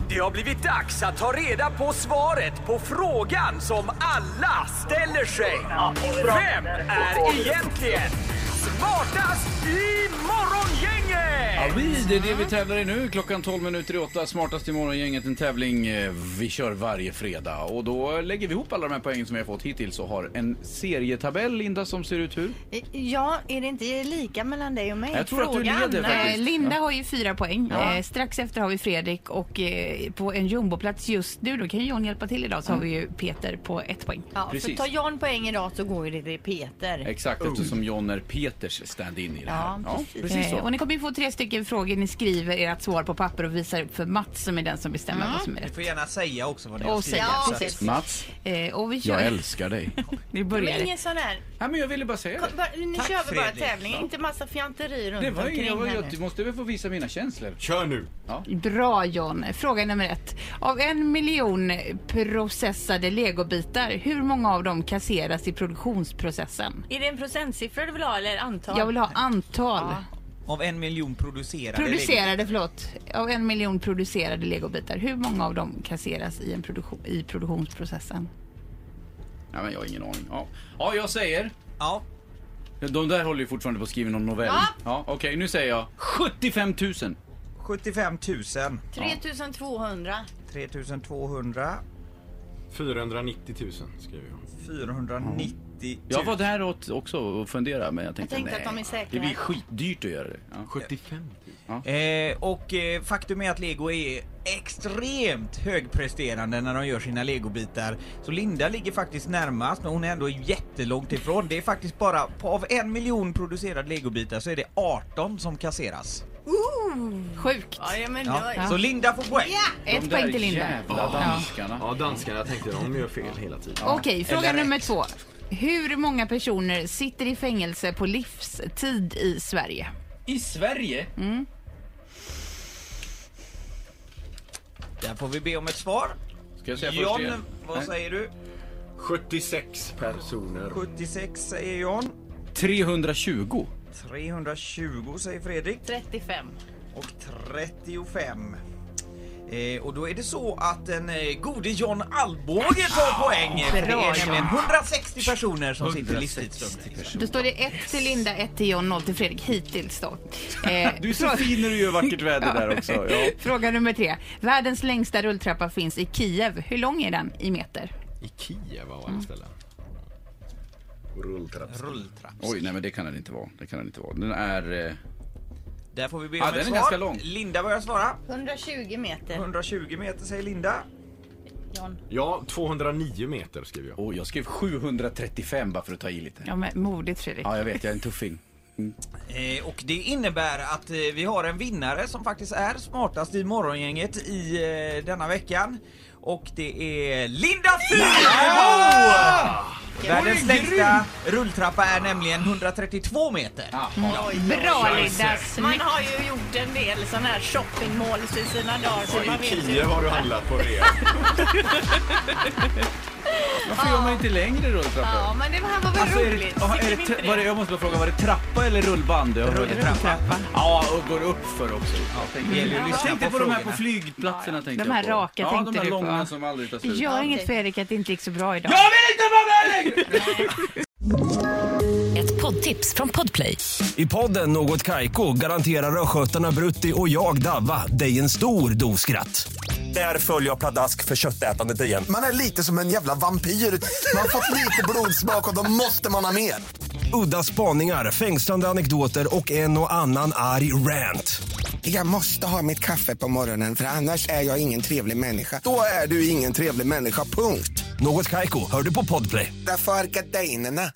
Det har blivit dags att ta reda på svaret på frågan som alla ställer sig. Vem är egentligen smartast i Morgongänget? Ja, det är det vi tävlar i nu. Klockan 12:08. Smartast i Morgongänget, en tävling vi kör varje fredag. Och då lägger vi ihop alla de här poängen som vi har fått hittills och har en serietabell, Linda, som ser ut hur? Ja, är det inte lika mellan dig och mig? Jag tror att du leder faktiskt. Linda har ju 4 poäng. Strax efter har vi Fredrik och på en jumboplats just nu, då kan John hjälpa till idag, så har vi ju Peter på 1 poäng. Ja, för tar John poäng idag så går det till Peter. Exakt, eftersom John är Peters stand-in i det här. Ja, precis så. Och ni kommer ju få 3 stycken frågor. Ni skriver ert svar på papper och visar upp för Mats som är den som bestämmer vad som är rätt. Du får gärna säga också vad det är. Och säga, precis. Mats, och vi kör. jag älskar dig. Vi börjar. Men ingen sån här. Ja, men jag ville bara säga det. Nu Tack, kör vi bara Fredrik. tävlingen, inte massa fjanteri runt Det var omkring ingen, här jag nu. måste väl få visa mina känslor. Kör nu. Bra, John. Fråga nummer 1. Av 1 miljon processade legobitar, hur många av dem kasseras i produktionsprocessen? Är det en procentsiffra du vill ha eller antal? Jag vill ha antal. Av 1 miljon producerade. Av 1 miljon producerade legobitar, hur många av dem kasseras i produktionsprocessen? Ja, men jag har ingen aning. Ja, jag säger. Ja. De där håller ju fortfarande på att skriva någon novell. Ja, okej, nu säger jag 75 000. 75 000. 3200. 3200. 490 000 skriver jag. 490 000. Jag var där också och funderade, men jag tänkte att de är säkra. det blir skitdyrt att göra det. Ja. 75 000. Och faktum är att Lego är extremt högpresterande när de gör sina legobitar. Så Linda ligger faktiskt närmast, men hon är ändå jättelångt ifrån. Det är faktiskt bara av 1 miljon producerade legobitar så är det 18 som kasseras. Sjukt. Ja, men Ja. Så Linda får poäng. Ja. 1 poäng till Linda. Jävla danskarna. Ja, danskarna, jag tänkte de gör fel hela tiden. Okej, fråga Eller nummer rätt. 2. Hur många personer sitter i fängelse på livstid i Sverige? I Sverige? Där får vi be om ett svar. Ska jag säga först John, igen? vad Nej. säger du? 76 personer. 76 säger John. 320. 320 säger Fredrik. 35. Och 35. Och då är det så att den gode John Alvbåge tar poäng. För det är nämligen 160 personer som sitter livstidsdömda. Då står det 1 till Linda, 1 till John, 0 till Fredrik hittills då. Du är så fin när du gör vackert väder där också. Ja. Fråga nummer 3. Världens längsta rulltrappa finns i Kiev. Hur lång är den i meter? I Kiev var en ställe. Rulltrapp. Oj, nej, men det kan den inte vara. Den är... Där får vi be Ja, om den ett är svar. ganska lång. Linda börjar svara. 120 meter. 120 meter säger Linda. John. Ja, 209 meter skriver jag. Jag skrev 735 bara för att ta i lite. Ja, men modigt, Fredrik. Ja, jag vet, jag är en tuffing. Och det innebär att vi har en vinnare som faktiskt är smartast i Morgongänget i denna veckan. Och det är Linda Fyrebo! Världens längsta rulltrappa är nämligen 132 meter. Bra, Linda. Man har ju gjort en del sån här shoppingmål i sina dagar. Så man I vet Kiev har du handlat på det. Varför gör man inte längre rulltrappor? Ja, men det här var väl Alltså, roligt. jag måste bara fråga, var det trappa eller rullband? Rulltrappa. Ja, och går upp för också. Jag tänkte på de här på frågorna. flygplatserna. Tänkte De här jag på. raka ja, tänkte de här du på. långa som aldrig tar Det slut. gör inget, Fredrik, att det inte gick så bra idag. Jag vill inte vara med längre! Ett poddtips från Podplay. I podden Något Kaiko garanterar röskötarna Brutti och jag Davva dig en stor dos skratt. Där följer jag pladask för köttätandet igen. Man är lite som en jävla vampyr. Man har fått lite blodsmak och då måste man ha mer. Udda spaningar, fängslande anekdoter och en och annan arg rant. Jag måste ha mitt kaffe på morgonen för annars är jag ingen trevlig människa. Då är du ingen trevlig människa, punkt. Något Kaiko, hör du på Podplay. Därför är gardinerna.